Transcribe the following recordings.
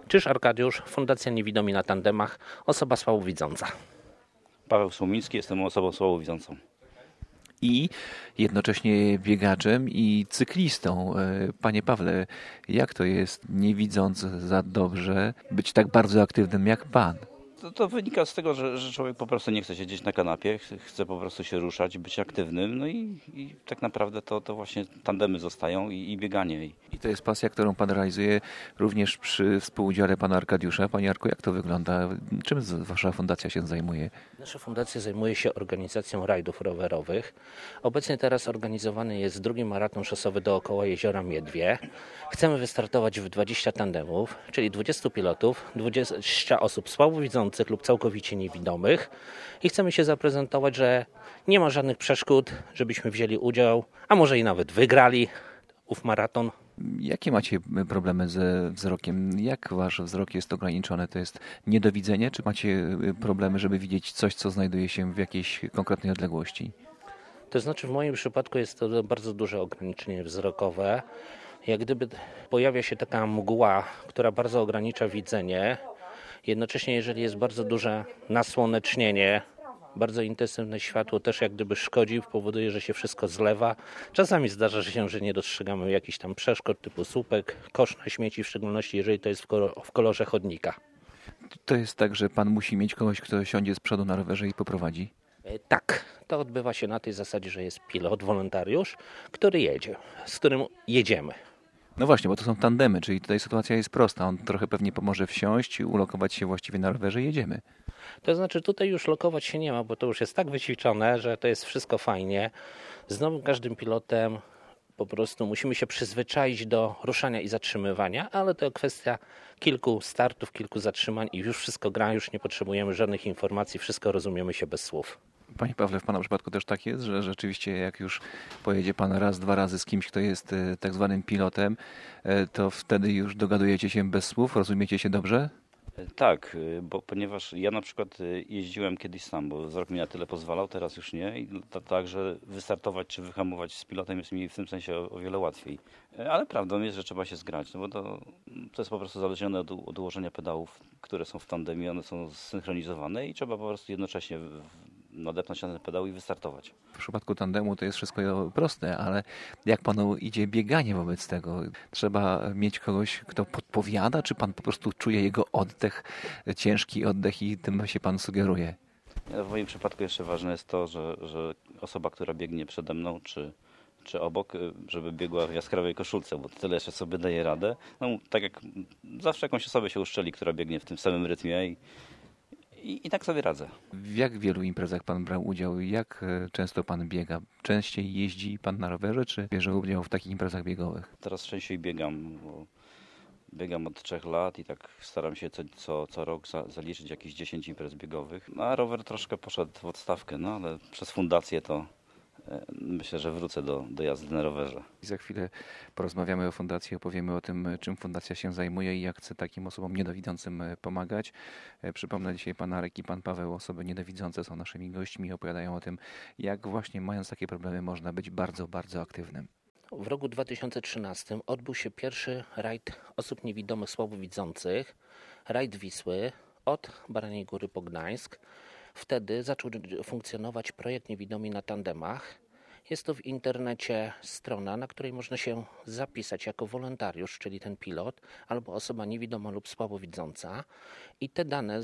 Czyż Arkadiusz, Fundacja Niewidomi na Tandemach, osoba słabowidząca. Paweł Słomiński, jestem osobą słabowidzącą. I jednocześnie biegaczem i cyklistą. Panie Pawle, jak to jest, nie widząc za dobrze, być tak bardzo aktywnym jak pan? To wynika z tego, że człowiek po prostu nie chce siedzieć na kanapie, chce po prostu się ruszać, być aktywnym. No i tak naprawdę to właśnie tandemy zostają i bieganie. I to jest pasja, którą pan realizuje również przy współudziale pana Arkadiusza. Panie Arku, jak to wygląda? Czym wasza fundacja się zajmuje? Nasza fundacja zajmuje się organizacją rajdów rowerowych. Obecnie teraz organizowany jest drugi maraton szosowy dookoła Jeziora Miedwie. Chcemy wystartować w 20 tandemów, czyli 20 pilotów, 20 osób słabowidzących lub całkowicie niewidomych i chcemy się zaprezentować, że nie ma żadnych przeszkód, żebyśmy wzięli udział, a może i nawet wygrali ów maraton. Jakie macie problemy ze wzrokiem? Jak wasz wzrok jest ograniczony? To jest niedowidzenie, czy macie problemy, żeby widzieć coś, co znajduje się w jakiejś konkretnej odległości? To znaczy w moim przypadku jest to bardzo duże ograniczenie wzrokowe. Jak gdyby pojawia się taka mgła, która bardzo ogranicza widzenie. Jednocześnie jeżeli jest bardzo duże nasłonecznienie, bardzo intensywne światło też jak gdyby szkodzi, powoduje, że się wszystko zlewa. Czasami zdarza się, że nie dostrzegamy jakichś tam przeszkód typu słupek, kosz na śmieci, w szczególności jeżeli to jest w kolorze chodnika. To jest tak, że pan musi mieć kogoś, kto siądzie z przodu na rowerze i poprowadzi? Tak, to odbywa się na tej zasadzie, że jest pilot, wolontariusz, który jedzie, z którym jedziemy. No właśnie, bo to są tandemy, czyli tutaj sytuacja jest prosta. On trochę pewnie pomoże wsiąść, ulokować się właściwie na rowerze i jedziemy. To znaczy tutaj już lokować się nie ma, bo to już jest tak wyćwiczone, że to jest wszystko fajnie. Z nowym każdym pilotem po prostu musimy się przyzwyczaić do ruszania i zatrzymywania, ale to kwestia kilku startów, kilku zatrzymań i już wszystko gra, już nie potrzebujemy żadnych informacji, wszystko rozumiemy się bez słów. Panie Pawle, w pana przypadku też tak jest, że rzeczywiście jak już pojedzie pan raz, dwa razy z kimś, kto jest tak zwanym pilotem, to wtedy już dogadujecie się bez słów, rozumiecie się dobrze? Tak, ponieważ ja na przykład jeździłem kiedyś sam, bo wzrok mi na tyle pozwalał, teraz już nie. I także wystartować czy wyhamować z pilotem jest mi w tym sensie o wiele łatwiej. Ale prawdą jest, że trzeba się zgrać, no bo to jest po prostu zależne od ułożenia pedałów, które są w tandemie, one są zsynchronizowane i trzeba po prostu jednocześnie nadepnąć na ten pedał i wystartować. W przypadku tandemu to jest wszystko proste, ale jak panu idzie bieganie wobec tego? Trzeba mieć kogoś, kto podpowiada, czy pan po prostu czuje jego oddech, ciężki oddech i tym się pan sugeruje? W moim przypadku jeszcze ważne jest to, że osoba, która biegnie przede mną, czy obok, żeby biegła w jaskrawej koszulce, bo tyle jeszcze sobie daje radę. No, tak jak zawsze jakąś osobę się uszczeli, która biegnie w tym samym rytmie i tak sobie radzę. W jak wielu imprezach pan brał udział? Jak często pan biega? Częściej jeździ pan na rowerze, czy bierze udział w takich imprezach biegowych? Teraz częściej biegam, bo biegam od 3 lat i tak staram się co rok zaliczyć jakieś 10 imprez biegowych. A rower troszkę poszedł w odstawkę, no ale przez fundację to myślę, że wrócę do jazdy na rowerze. I za chwilę porozmawiamy o fundacji, opowiemy o tym, czym fundacja się zajmuje i jak chce takim osobom niedowidzącym pomagać. Przypomnę, dzisiaj pan Arek i pan Paweł, osoby niedowidzące, są naszymi gośćmi i opowiadają o tym, jak właśnie mając takie problemy można być bardzo, bardzo aktywnym. W roku 2013 odbył się pierwszy rajd osób niewidomych, słabowidzących, rajd Wisły od Baraniej Góry po Gdańsk. Wtedy zaczął funkcjonować projekt Niewidomi na Tandemach. Jest to w internecie strona, na której można się zapisać jako wolontariusz, czyli ten pilot, albo osoba niewidoma lub słabowidząca i te dane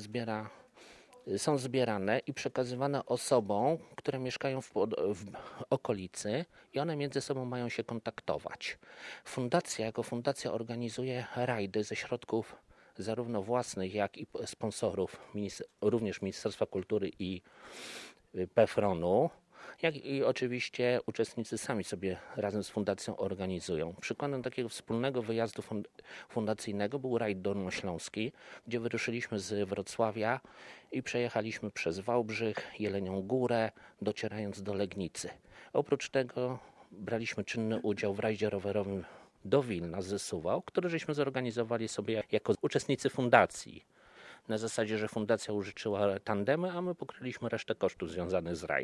są zbierane i przekazywane osobom, które mieszkają w okolicy i one między sobą mają się kontaktować. Fundacja jako fundacja organizuje rajdy ze środków zarówno własnych, jak i sponsorów, również Ministerstwa Kultury i PFRON-u, jak i oczywiście uczestnicy sami sobie razem z fundacją organizują. Przykładem takiego wspólnego wyjazdu fundacyjnego był rajd dolnośląski, gdzie wyruszyliśmy z Wrocławia i przejechaliśmy przez Wałbrzych, Jelenią Górę, docierając do Legnicy. Oprócz tego braliśmy czynny udział w rajdzie rowerowym do Wilna z Suwałk, który żeśmy zorganizowali sobie jako uczestnicy fundacji. Na zasadzie, że fundacja użyczyła tandemy, a my pokryliśmy resztę kosztów związanych z rajdem.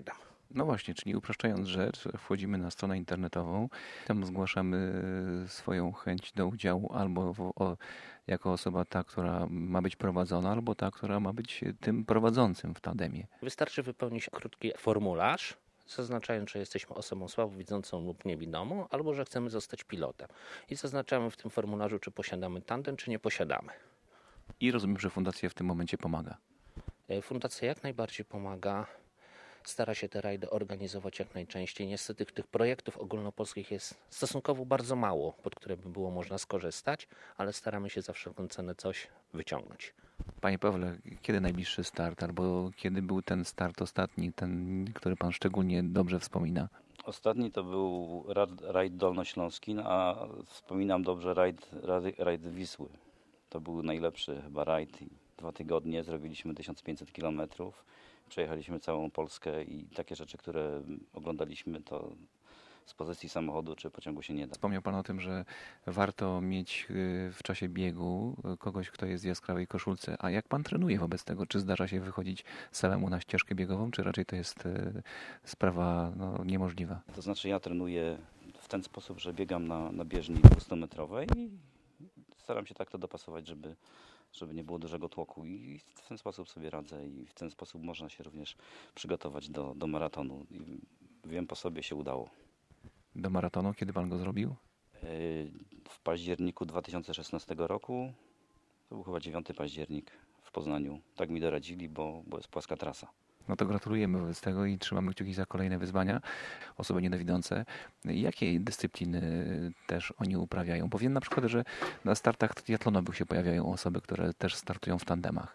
No właśnie, czyli upraszczając rzecz, wchodzimy na stronę internetową, tam zgłaszamy swoją chęć do udziału albo jako osoba ta, która ma być prowadzona, albo ta, która ma być tym prowadzącym w tandemie. Wystarczy wypełnić krótki formularz, zaznaczając, że jesteśmy osobą słabowidzącą lub niewidomą, albo że chcemy zostać pilotem. I zaznaczamy w tym formularzu, czy posiadamy tandem, czy nie posiadamy. I rozumiem, że fundacja w tym momencie pomaga. Fundacja jak najbardziej pomaga. Stara się te rajdy organizować jak najczęściej. Niestety tych projektów ogólnopolskich jest stosunkowo bardzo mało, pod które by było można skorzystać, ale staramy się za wszelką cenę coś wyciągnąć. Panie Pawle, kiedy najbliższy start, albo kiedy był ten start ostatni, ten, który pan szczególnie dobrze wspomina? Ostatni to był rajd dolnośląski, a wspominam dobrze rajd Wisły. To był najlepszy chyba rajd. 2 tygodnie zrobiliśmy 1500 km. Przejechaliśmy całą Polskę i takie rzeczy, które oglądaliśmy, to z pozycji samochodu czy pociągu się nie da. Wspomniał pan o tym, że warto mieć w czasie biegu kogoś, kto jest w jaskrawej koszulce. A jak pan trenuje wobec tego? Czy zdarza się wychodzić samemu na ścieżkę biegową, czy raczej to jest sprawa niemożliwa? To znaczy ja trenuję w ten sposób, że biegam na bieżni 200-metrowej i staram się tak to dopasować, żeby nie było dużego tłoku i w ten sposób sobie radzę i w ten sposób można się również przygotować do maratonu. I wiem, po sobie się udało. Do maratonu, kiedy pan go zrobił? W październiku 2016 roku, to był chyba 9 październik w Poznaniu. Tak mi doradzili, bo jest płaska trasa. No to gratulujemy wobec tego i trzymamy kciuki za kolejne wyzwania. Osoby niedowidzące. Jakie dyscypliny też oni uprawiają? Bo wiem na przykład, że na startach triatlonowych się pojawiają osoby, które też startują w tandemach.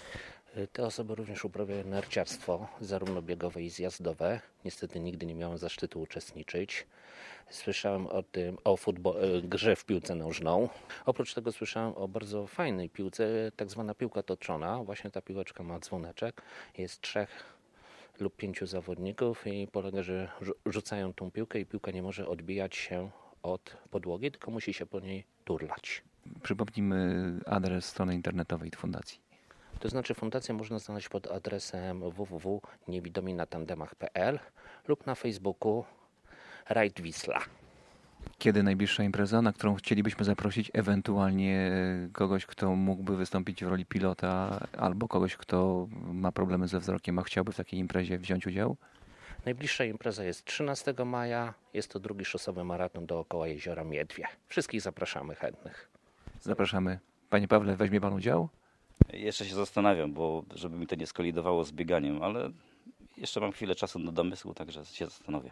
Te osoby również uprawiają narciarstwo, zarówno biegowe i zjazdowe. Niestety nigdy nie miałem zaszczytu uczestniczyć. Słyszałem o grze w piłkę nożną. Oprócz tego słyszałem o bardzo fajnej piłce, tak zwana piłka toczona. Właśnie ta piłeczka ma dzwoneczek. Jest 3 lub 5 zawodników i polega, że rzucają tą piłkę i piłka nie może odbijać się od podłogi, tylko musi się po niej turlać. Przypomnijmy adres strony internetowej fundacji. To znaczy fundację można znaleźć pod adresem www.niewidominatandemach.pl lub na Facebooku Rajd Wisla. Kiedy najbliższa impreza, na którą chcielibyśmy zaprosić ewentualnie kogoś, kto mógłby wystąpić w roli pilota albo kogoś, kto ma problemy ze wzrokiem, a chciałby w takiej imprezie wziąć udział? Najbliższa impreza jest 13 maja. Jest to drugi szosowy maraton dookoła jeziora Miedwie. Wszystkich zapraszamy chętnych. Zapraszamy. Panie Pawle, weźmie pan udział? Jeszcze się zastanawiam, bo żeby mi to nie skolidowało z bieganiem, ale jeszcze mam chwilę czasu do domysłu, także się zastanowię.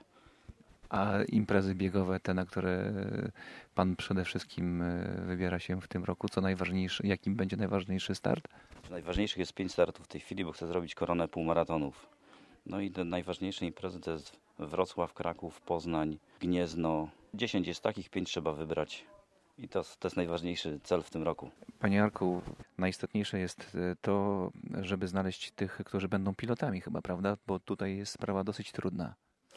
A imprezy biegowe, te, na które pan przede wszystkim wybiera się w tym roku, co najważniejsze, jakim będzie najważniejszy start? Najważniejszych jest 5 startów w tej chwili, bo chcę zrobić koronę półmaratonów. No i te najważniejsze imprezy to jest Wrocław, Kraków, Poznań, Gniezno. 10 jest takich, 5 trzeba wybrać. I to jest najważniejszy cel w tym roku. Panie Jarku, najistotniejsze jest to, żeby znaleźć tych, którzy będą pilotami chyba, prawda? Bo tutaj jest sprawa dosyć trudna.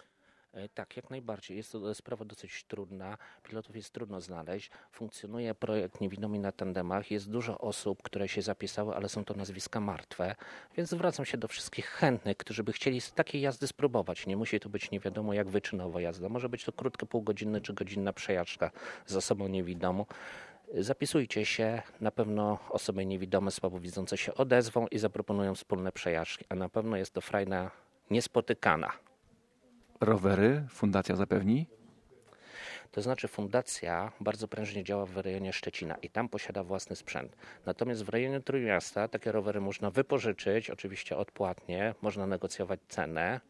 Tak, jak najbardziej. Jest to sprawa dosyć trudna. Pilotów jest trudno znaleźć. Funkcjonuje projekt Niewidomi na tandemach. Jest dużo osób, które się zapisały, ale są to nazwiska martwe. Więc zwracam się do wszystkich chętnych, którzy by chcieli z takiej jazdy spróbować. Nie musi to być nie wiadomo jak wyczynowa jazda. Może być to krótka, półgodzinna czy godzinna przejażdżka z osobą niewidomą. Zapisujcie się. Na pewno osoby niewidome, słabowidzące się odezwą i zaproponują wspólne przejażdżki. A na pewno jest to frajda niespotykana. Rowery fundacja zapewni? To znaczy fundacja bardzo prężnie działa w rejonie Szczecina i tam posiada własny sprzęt. Natomiast w rejonie Trójmiasta takie rowery można wypożyczyć, oczywiście odpłatnie, można negocjować cenę.